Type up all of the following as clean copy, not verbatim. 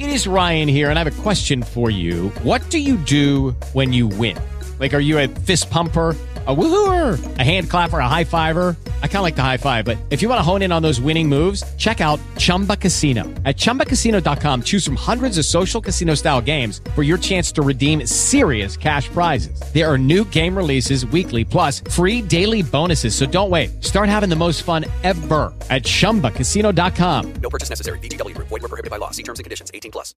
It is Ryan here, and I have a question for you. What do you do when you win? Like, are you a fist pumper, a woohooer, a hand clapper, a high fiver? I kind of like the high five, but if you want to hone in on those winning moves, check out Chumba Casino. At ChumbaCasino.com, choose from hundreds of social casino-style games for your chance to redeem serious cash prizes. There are new game releases weekly, plus free daily bonuses, so don't wait. Start having the most fun ever at ChumbaCasino.com. No purchase necessary. VGW Group. Void where prohibited by law. See terms and conditions. 18+.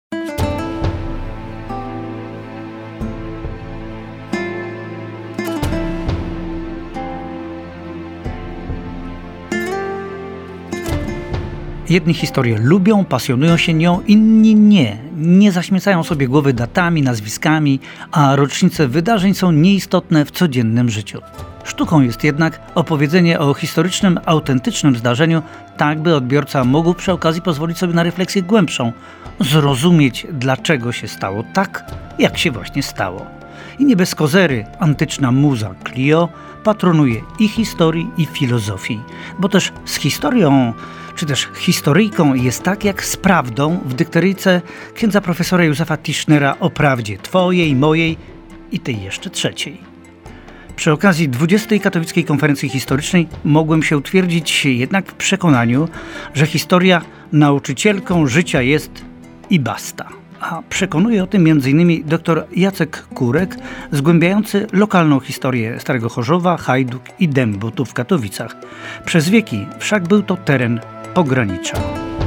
Jedni historię lubią, pasjonują się nią, inni nie. Nie zaśmiecają sobie głowy datami, nazwiskami, a rocznice wydarzeń są nieistotne w codziennym życiu. Sztuką jest jednak opowiedzenie o historycznym, autentycznym zdarzeniu, tak by odbiorca mógł przy okazji pozwolić sobie na refleksję głębszą, zrozumieć, dlaczego się stało tak, jak się właśnie stało. I nie bez kozery antyczna muza Clio patronuje i historii, i filozofii, bo też z historią czy też historyjką jest tak jak z prawdą w dykteryjce księdza profesora Józefa Tischnera o prawdzie twojej, mojej i tej jeszcze trzeciej. Przy okazji 20. Katowickiej Konferencji Historycznej mogłem się utwierdzić jednak w przekonaniu, że historia nauczycielką życia jest i basta. A przekonuje o tym m.in. dr Jacek Kurek, zgłębiający lokalną historię Starego Chorzowa, Hajduk i Dębu tu w Katowicach. Przez wieki wszak był to teren pogranicza.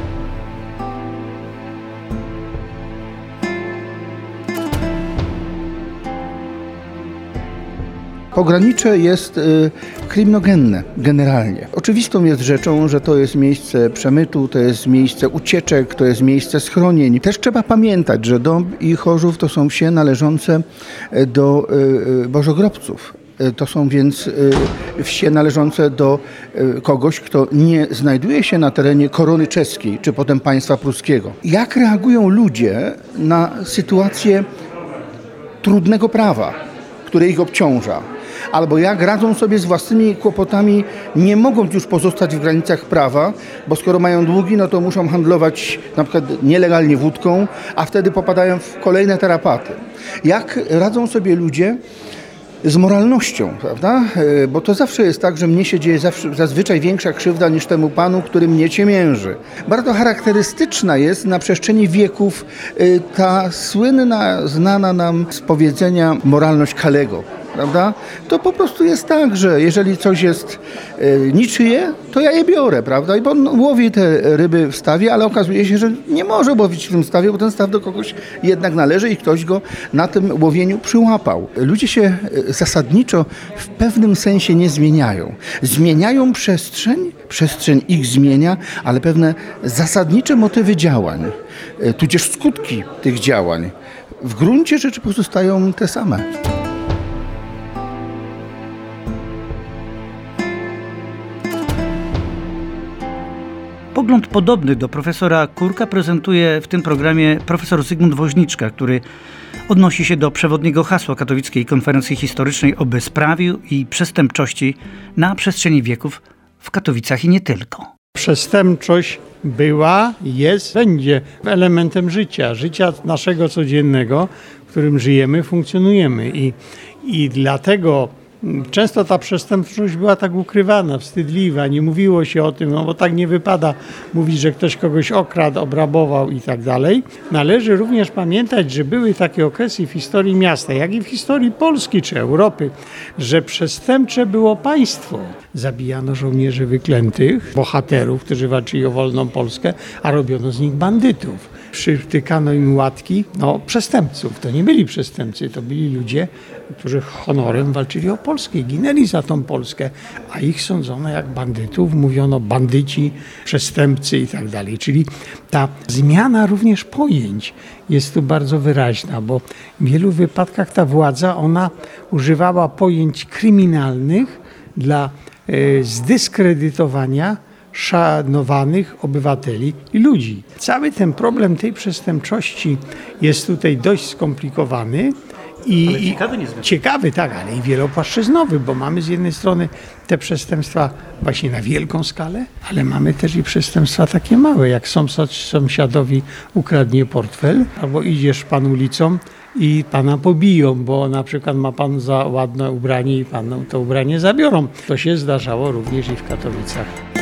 Pogranicze jest kryminogenne generalnie. Oczywistą jest rzeczą, że to jest miejsce przemytu, to jest miejsce ucieczek, to jest miejsce schronień. Też trzeba pamiętać, że Dąb i Chorzów to są wsie należące do bożogrobców. To są więc wsie należące do kogoś, kto nie znajduje się na terenie korony czeskiej, czy potem państwa pruskiego. Jak reagują ludzie na sytuację trudnego prawa, które ich obciąża? Albo jak radzą sobie z własnymi kłopotami, nie mogąc już pozostać w granicach prawa, bo skoro mają długi, no to muszą handlować na przykład nielegalnie wódką, a wtedy popadają w kolejne tarapaty. Jak radzą sobie ludzie z moralnością, prawda? Bo to zawsze jest tak, że mnie się dzieje zazwyczaj większa krzywda niż temu panu, który mnie ciemięży. Bardzo charakterystyczna jest na przestrzeni wieków ta słynna, znana nam z powiedzenia moralność Kalego. Prawda? To po prostu jest tak, że jeżeli coś jest niczyje, to ja je biorę, prawda? I on łowi te ryby w stawie, ale okazuje się, że nie może łowić w tym stawie, bo ten staw do kogoś jednak należy i ktoś go na tym łowieniu przyłapał. Ludzie się zasadniczo w pewnym sensie nie zmieniają. Zmieniają przestrzeń ich zmienia, ale pewne zasadnicze motywy działań, tudzież skutki tych działań w gruncie rzeczy pozostają te same. Pogląd podobny do profesora Kurka prezentuje w tym programie profesor Zygmunt Woźniczka, który odnosi się do przewodniego hasła Katowickiej Konferencji Historycznej o bezprawiu i przestępczości na przestrzeni wieków w Katowicach i nie tylko. Przestępczość była, jest, będzie elementem życia naszego codziennego, w którym żyjemy, funkcjonujemy i dlatego często ta przestępczość była tak ukrywana, wstydliwa, nie mówiło się o tym, no bo tak nie wypada mówić, że ktoś kogoś okradł, obrabował i tak dalej. Należy również pamiętać, że były takie okresy w historii miasta, jak i w historii Polski czy Europy, że przestępcze było państwo. Zabijano żołnierzy wyklętych, bohaterów, którzy walczyli o wolną Polskę, a robiono z nich bandytów. Przytykano im łatki, przestępców. To nie byli przestępcy, to byli ludzie, którzy honorem walczyli o Polskę i ginęli za tą Polskę, a ich sądzono jak bandytów, mówiono bandyci, przestępcy i tak dalej. Czyli ta zmiana również pojęć jest tu bardzo wyraźna, bo w wielu wypadkach ta władza, ona używała pojęć kryminalnych dla zdyskredytowania szanowanych obywateli i ludzi. Cały ten problem tej przestępczości jest tutaj dość skomplikowany Ale ciekawy niezwykle. Ciekawy, tak, ale i wielopłaszczyznowy, bo mamy z jednej strony te przestępstwa właśnie na wielką skalę, ale mamy też i przestępstwa takie małe, jak sąsiadowi ukradnie portfel, albo idziesz pan ulicą i pana pobiją, bo na przykład ma pan za ładne ubranie i panu to ubranie zabiorą. To się zdarzało również i w Katowicach.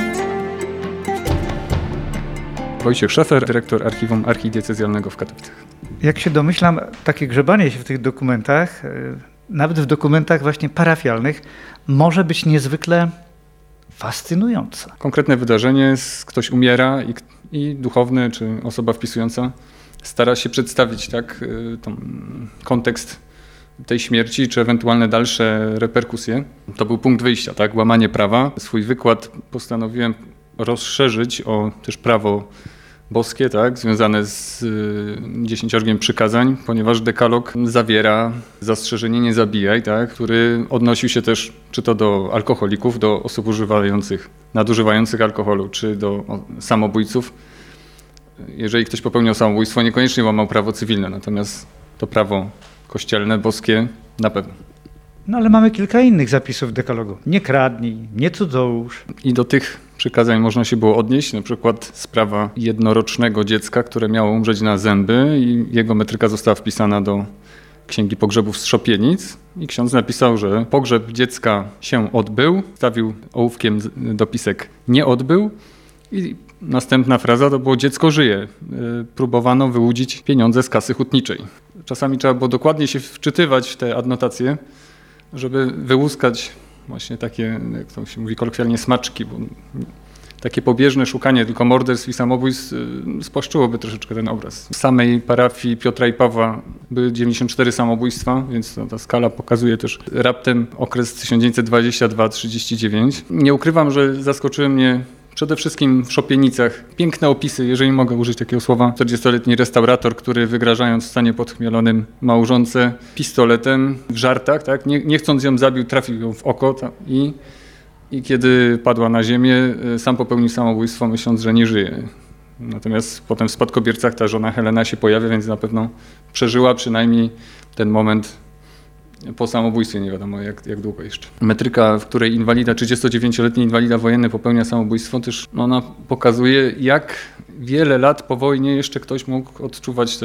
Wojciech Szefer, dyrektor Archiwum Archidiecezjalnego w Katowicach. Jak się domyślam, takie grzebanie się w tych dokumentach, nawet w dokumentach właśnie parafialnych, może być niezwykle fascynujące. Konkretne wydarzenie, ktoś umiera i duchowny czy osoba wpisująca stara się przedstawić kontekst tej śmierci, czy ewentualne dalsze reperkusje. To był punkt wyjścia, tak? Łamanie prawa. Swój wykład postanowiłem rozszerzyć o też prawo boskie, tak? Związane z 10 przykazań, ponieważ dekalog zawiera zastrzeżenie nie zabijaj, tak? Który odnosił się też czy to do alkoholików, do osób nadużywających alkoholu, czy do samobójców. Jeżeli ktoś popełniał samobójstwo, niekoniecznie łamał prawo cywilne, natomiast to prawo kościelne, boskie na pewno. No ale mamy kilka innych zapisów w dekalogu. Nie kradnij, nie cudzołóż. I do tych przykazań można się było odnieść, na przykład sprawa jednorocznego dziecka, które miało umrzeć na zęby i jego metryka została wpisana do Księgi Pogrzebów z Szopienic i ksiądz napisał, że pogrzeb dziecka się odbył, stawił ołówkiem dopisek nie odbył i następna fraza to było dziecko żyje. Próbowano wyłudzić pieniądze z kasy hutniczej. Czasami trzeba było dokładnie się wczytywać w te adnotacje, żeby wyłuskać właśnie takie, jak to się mówi kolokwialnie, smaczki, bo takie pobieżne szukanie tylko morderstw i samobójstw spłaszczyłoby troszeczkę ten obraz. W samej parafii Piotra i Pawła były 94 samobójstwa, więc ta skala pokazuje też raptem okres 1922-39. Nie ukrywam, że zaskoczyły mnie przede wszystkim w Szopienicach piękne opisy, jeżeli mogę użyć takiego słowa. 40-letni restaurator, który wygrażając w stanie podchmielonym małżonce pistoletem w żartach, tak, nie chcąc ją zabił, trafił ją w oko i kiedy padła na ziemię, sam popełnił samobójstwo, myśląc, że nie żyje. Natomiast potem w spadkobiercach ta żona Helena się pojawia, więc na pewno przeżyła przynajmniej ten moment po samobójstwie, nie wiadomo jak długo jeszcze. Metryka, w której inwalida, 39-letni inwalida wojenny popełnia samobójstwo, też ona pokazuje, jak wiele lat po wojnie jeszcze ktoś mógł odczuwać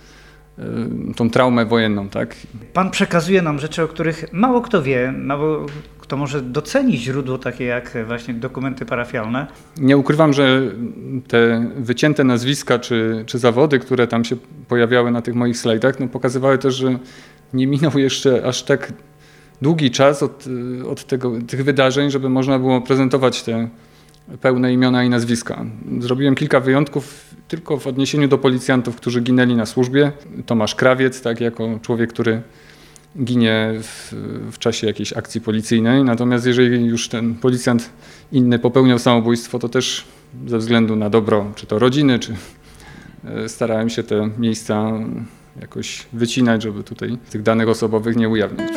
tą traumę wojenną. Tak? Pan przekazuje nam rzeczy, o których mało kto wie, mało kto może docenić źródło takie jak właśnie dokumenty parafialne. Nie ukrywam, że te wycięte nazwiska czy zawody, które tam się pojawiały na tych moich slajdach, pokazywały też, że nie minął jeszcze aż tak długi czas od tych wydarzeń, żeby można było prezentować te pełne imiona i nazwiska. Zrobiłem kilka wyjątków tylko w odniesieniu do policjantów, którzy ginęli na służbie. Tomasz Krawiec, tak, jako człowiek, który ginie w czasie jakiejś akcji policyjnej. Natomiast jeżeli już ten policjant inny popełniał samobójstwo, to też ze względu na dobro czy to rodziny, czy starałem się te miejsca jakoś wycinać, żeby tutaj tych danych osobowych nie ujawniać.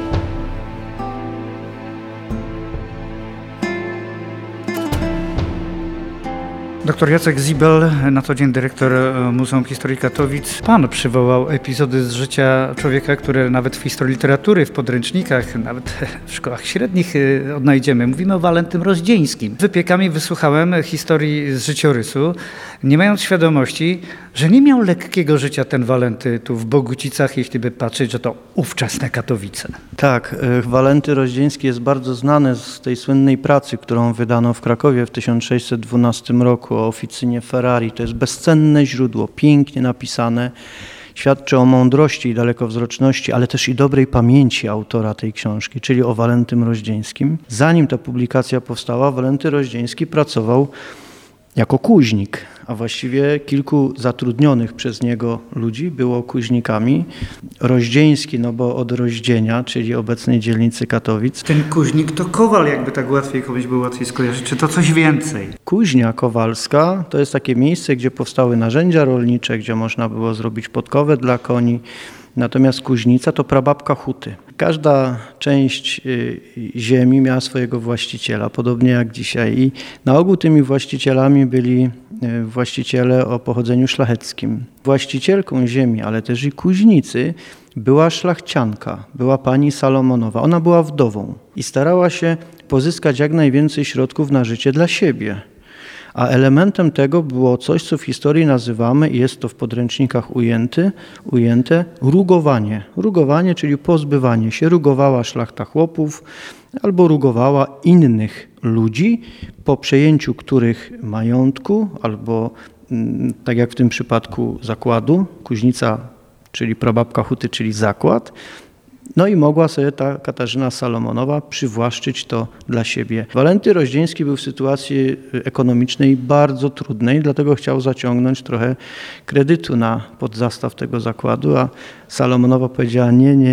Dr Jacek Zibel, na co dzień dyrektor Muzeum Historii Katowic. Pan przywołał epizody z życia człowieka, które nawet w historii literatury, w podręcznikach, nawet w szkołach średnich odnajdziemy. Mówimy o Walentym Rozdzieńskim. Wypiekami wysłuchałem historii z życiorysu, nie mając świadomości, że nie miał lekkiego życia ten Walenty tu w Bogucicach, jeśli by patrzeć, że to ówczesne Katowice. Tak, Walenty Rozdzieński jest bardzo znany z tej słynnej pracy, którą wydano w Krakowie w 1612 roku o oficynie Ferrari. To jest bezcenne źródło, pięknie napisane. Świadczy o mądrości i dalekowzroczności, ale też i dobrej pamięci autora tej książki, czyli o Walentym Rozdzieńskim. Zanim ta publikacja powstała, Walenty Rozdzieński pracował jako kuźnik, a właściwie kilku zatrudnionych przez niego ludzi było kuźnikami. Rozdzieński, no bo od Rozdzienia, czyli obecnej dzielnicy Katowic. Ten kuźnik to kowal, jakby tak łatwiej komuś było łatwiej skojarzyć, czy to coś więcej? Kuźnia kowalska to jest takie miejsce, gdzie powstały narzędzia rolnicze, gdzie można było zrobić podkowę dla koni. Natomiast kuźnica to prababka huty. Każda część ziemi miała swojego właściciela, podobnie jak dzisiaj. I na ogół tymi właścicielami byli właściciele o pochodzeniu szlacheckim. Właścicielką ziemi, ale też i kuźnicy była szlachcianka, była pani Salomonowa. Ona była wdową i starała się pozyskać jak najwięcej środków na życie dla siebie. A elementem tego było coś, co w historii nazywamy, i jest to w podręcznikach ujęte, rugowanie. Rugowanie, czyli pozbywanie się. Rugowała szlachta chłopów albo rugowała innych ludzi, po przejęciu których majątku albo, tak jak w tym przypadku, zakładu, kuźnica, czyli prababka huty, czyli zakład. No i mogła sobie ta Katarzyna Salomonowa przywłaszczyć to dla siebie. Walenty Rozdzieński był w sytuacji ekonomicznej bardzo trudnej, dlatego chciał zaciągnąć trochę kredytu na podzastaw tego zakładu, a Salomonowa powiedziała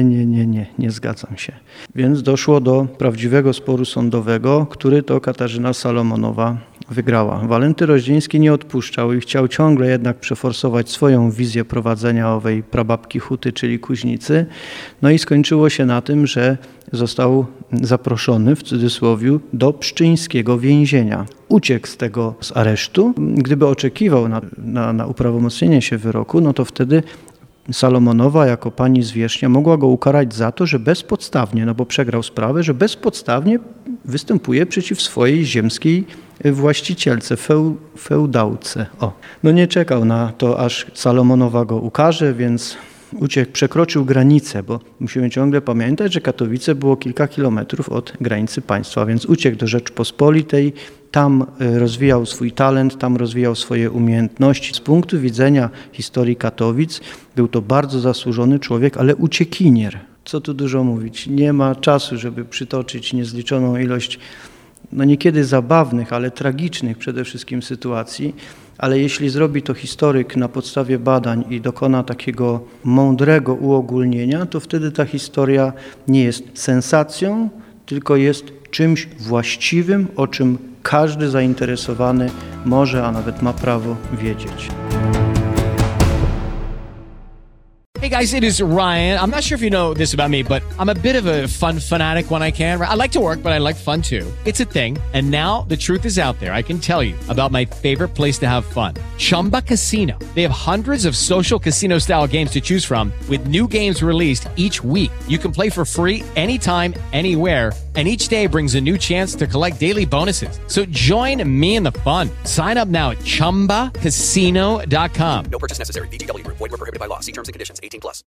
nie zgadzam się. Więc doszło do prawdziwego sporu sądowego, który to Katarzyna Salomonowa wygrała. Walenty Rozdzieński nie odpuszczał i chciał ciągle jednak przeforsować swoją wizję prowadzenia owej prababki huty, czyli kuźnicy. No i skończyło się na tym, że został zaproszony, w cudzysłowie, do pszczyńskiego więzienia. Uciekł z aresztu. Gdyby oczekiwał na uprawomocnienie się wyroku, no to wtedy Salomonowa jako pani zwierzchnia mogła go ukarać za to, że bezpodstawnie, no bo przegrał sprawę, że bezpodstawnie występuje przeciw swojej ziemskiej właścicielce, feudałce. No nie czekał na to, aż Salomonowa go ukarze, więc uciekł, przekroczył granicę, bo musimy ciągle pamiętać, że Katowice było kilka kilometrów od granicy państwa, więc uciekł do Rzeczpospolitej, tam rozwijał swój talent, tam rozwijał swoje umiejętności. Z punktu widzenia historii Katowic był to bardzo zasłużony człowiek, ale uciekinier. Co tu dużo mówić, nie ma czasu, żeby przytoczyć niezliczoną ilość, no niekiedy zabawnych, ale tragicznych przede wszystkim sytuacji, ale jeśli zrobi to historyk na podstawie badań i dokona takiego mądrego uogólnienia, to wtedy ta historia nie jest sensacją, tylko jest czymś właściwym, o czym każdy zainteresowany może, a nawet ma prawo wiedzieć. Hey guys, it is Ryan. I'm not sure if you know this about me, but I'm a bit of a fun fanatic when I can. I like to work, but I like fun too. It's a thing. And now the truth is out there. I can tell you about my favorite place to have fun. Chumba Casino. They have hundreds of social casino style games to choose from with new games released each week. You can play for free anytime, anywhere. And each day brings a new chance to collect daily bonuses. So join me in the fun. Sign up now at ChumbaCasino.com. No purchase necessary. VGW Group. Void where prohibited by law. See terms and conditions. 18+.